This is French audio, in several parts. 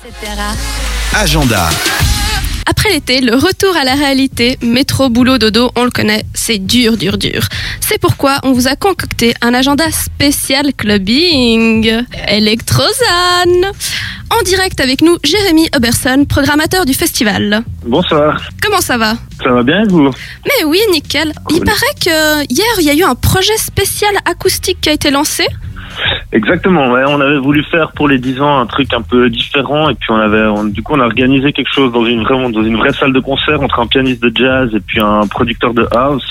etc. Agenda. Après l'été, le retour à la réalité, métro, boulot, dodo, on le connaît, c'est dur. C'est pourquoi on vous a concocté un agenda spécial clubbing. Electrozane. En direct avec nous, Jérémy Oberson, programmateur du festival. Bonsoir. Comment ça va ? Ça va bien, vous ? Mais oui, nickel. Cool. Il paraît que hier, il y a eu un projet spécial acoustique qui a été lancé. Exactement, ouais, on avait voulu faire pour les 10 ans un truc un peu différent et puis on a organisé quelque chose dans une vraie salle de concert entre un pianiste de jazz et puis un producteur de house.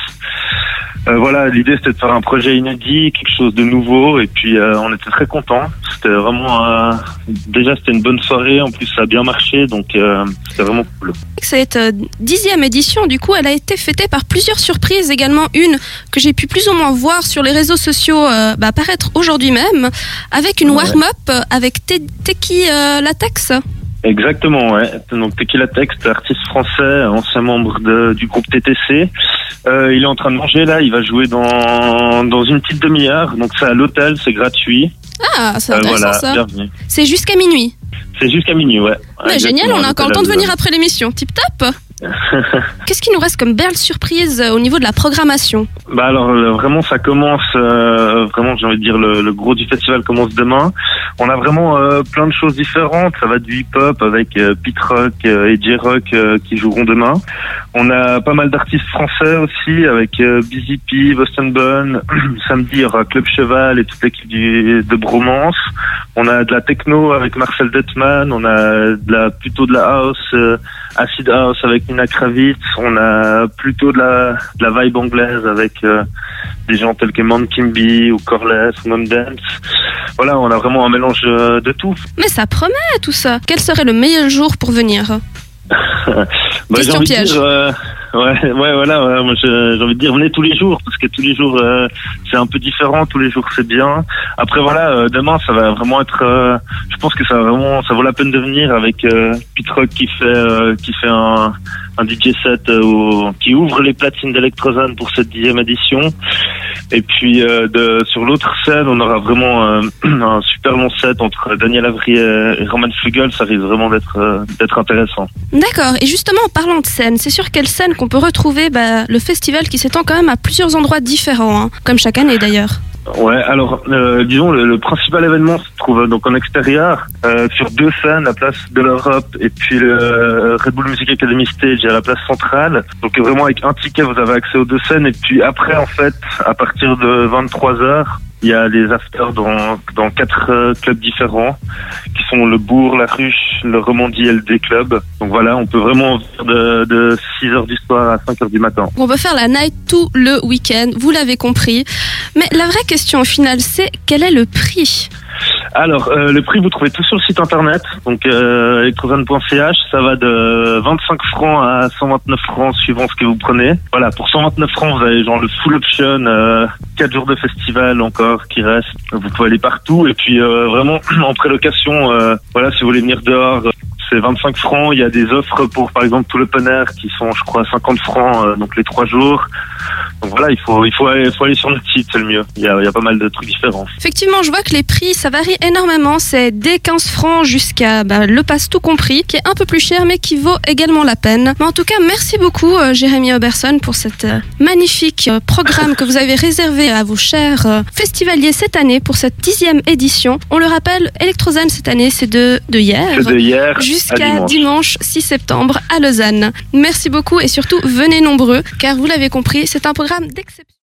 Voilà, l'idée c'était de faire un projet inédit, quelque chose de nouveau et puis on était très contents. C'était vraiment déjà c'était une bonne soirée, en plus ça a bien marché donc c'était vraiment cool. Cette 10e édition, du coup, elle a été fêtée par plusieurs surprises, également une que j'ai pu plus ou moins voir sur les réseaux sociaux apparaître aujourd'hui même, avec une warm-up avec Teki Latex. Exactement, ouais. Donc Teki Latex, artiste français, ancien membre du groupe TTC. Il est en train de manger là, il va jouer dans une petite demi-heure, donc c'est à l'hôtel, c'est gratuit. Ah, c'est intéressant voilà, ça. Bienvenue. C'est jusqu'à minuit. C'est jusqu'à minuit, ouais. Mais génial, on a encore le temps de venir après l'émission. Tip top. Qu'est-ce qu'il nous reste comme belle surprise au niveau de la programmation ? Bah alors vraiment ça commence, vraiment j'ai envie de dire le gros du festival commence demain. On a vraiment plein de choses différentes. Ça va du hip-hop avec Pete Rock et J-Rock qui joueront demain. On a pas mal d'artistes français aussi avec Busy P, Boston Bun. Samedi il y aura Club Cheval et toute l'équipe de Bromance. On a de la techno avec Marcel Detman. On a plutôt de la house, acid house avec Nina Kravitz. On a plutôt de la vibe anglaise avec des gens tels que Man Kimby ou Corless ou Mom Dance. Voilà, on a vraiment un mélange de tout. Mais ça promet tout ça. Quel serait le meilleur jour pour venir ? Question piège. Voilà. Moi, j'ai envie de dire, venez tous les jours parce que tous les jours c'est un peu différent. Tous les jours c'est bien. Après voilà, demain ça va vraiment être. Je pense que ça vaut la peine de venir avec Pete Rock qui fait un DJ set qui ouvre les platines d'Electrozane pour cette 10e édition. Et puis sur l'autre scène, on aura vraiment un super long set entre Daniel Avry et Roman Flugel. Ça risque vraiment d'être intéressant. D'accord. Et justement, en parlant de scène, c'est sur quelle scène qu'on peut retrouver le festival qui s'étend quand même à plusieurs endroits différents, comme chaque année d'ailleurs. Ouais, alors disons le principal événement se trouve donc en extérieur sur 2 scènes, la place de l'Europe et puis le Red Bull Music Academy Stage à la place centrale. Donc vraiment avec un ticket vous avez accès aux 2 scènes et puis après en fait à partir de 23h il y a des afters dans 4 clubs différents qui sont le Bourg, la Ruche, le Romandie et le D-Club. Donc voilà, on peut vraiment faire de 6h du soir à 5h du matin. On peut faire la night tout le week-end, vous l'avez compris. Mais la vraie question au final, c'est quel est le prix ? Alors, le prix, vous trouvez tout sur le site internet, donc electrozane.ch. Ça va de 25 francs à 129 francs suivant ce que vous prenez. Voilà, pour 129 francs, vous avez genre le full option, 4 jours de festival encore qui reste. Vous pouvez aller partout et puis vraiment en prélocation, voilà, si vous voulez venir dehors, c'est 25 francs. Il y a des offres pour, par exemple, tout l'open air qui sont, je crois, 50 francs, donc les 3 jours. Donc voilà, il faut aller sur notre site, c'est le mieux. Il y a pas mal de trucs différents. Effectivement, je vois que les prix, ça varie énormément. C'est dès 15 francs jusqu'à le pass tout compris, qui est un peu plus cher, mais qui vaut également la peine. Mais en tout cas, merci beaucoup, Jérémy Oberson, pour cet magnifique programme que vous avez réservé à vos chers festivaliers cette année pour cette 10e édition. On le rappelle, Electrozane cette année, c'est de hier. C'est de hier jusqu'à dimanche 6 septembre à Lausanne. Merci beaucoup et surtout, venez nombreux, car vous l'avez compris, c'est un programme d'exception.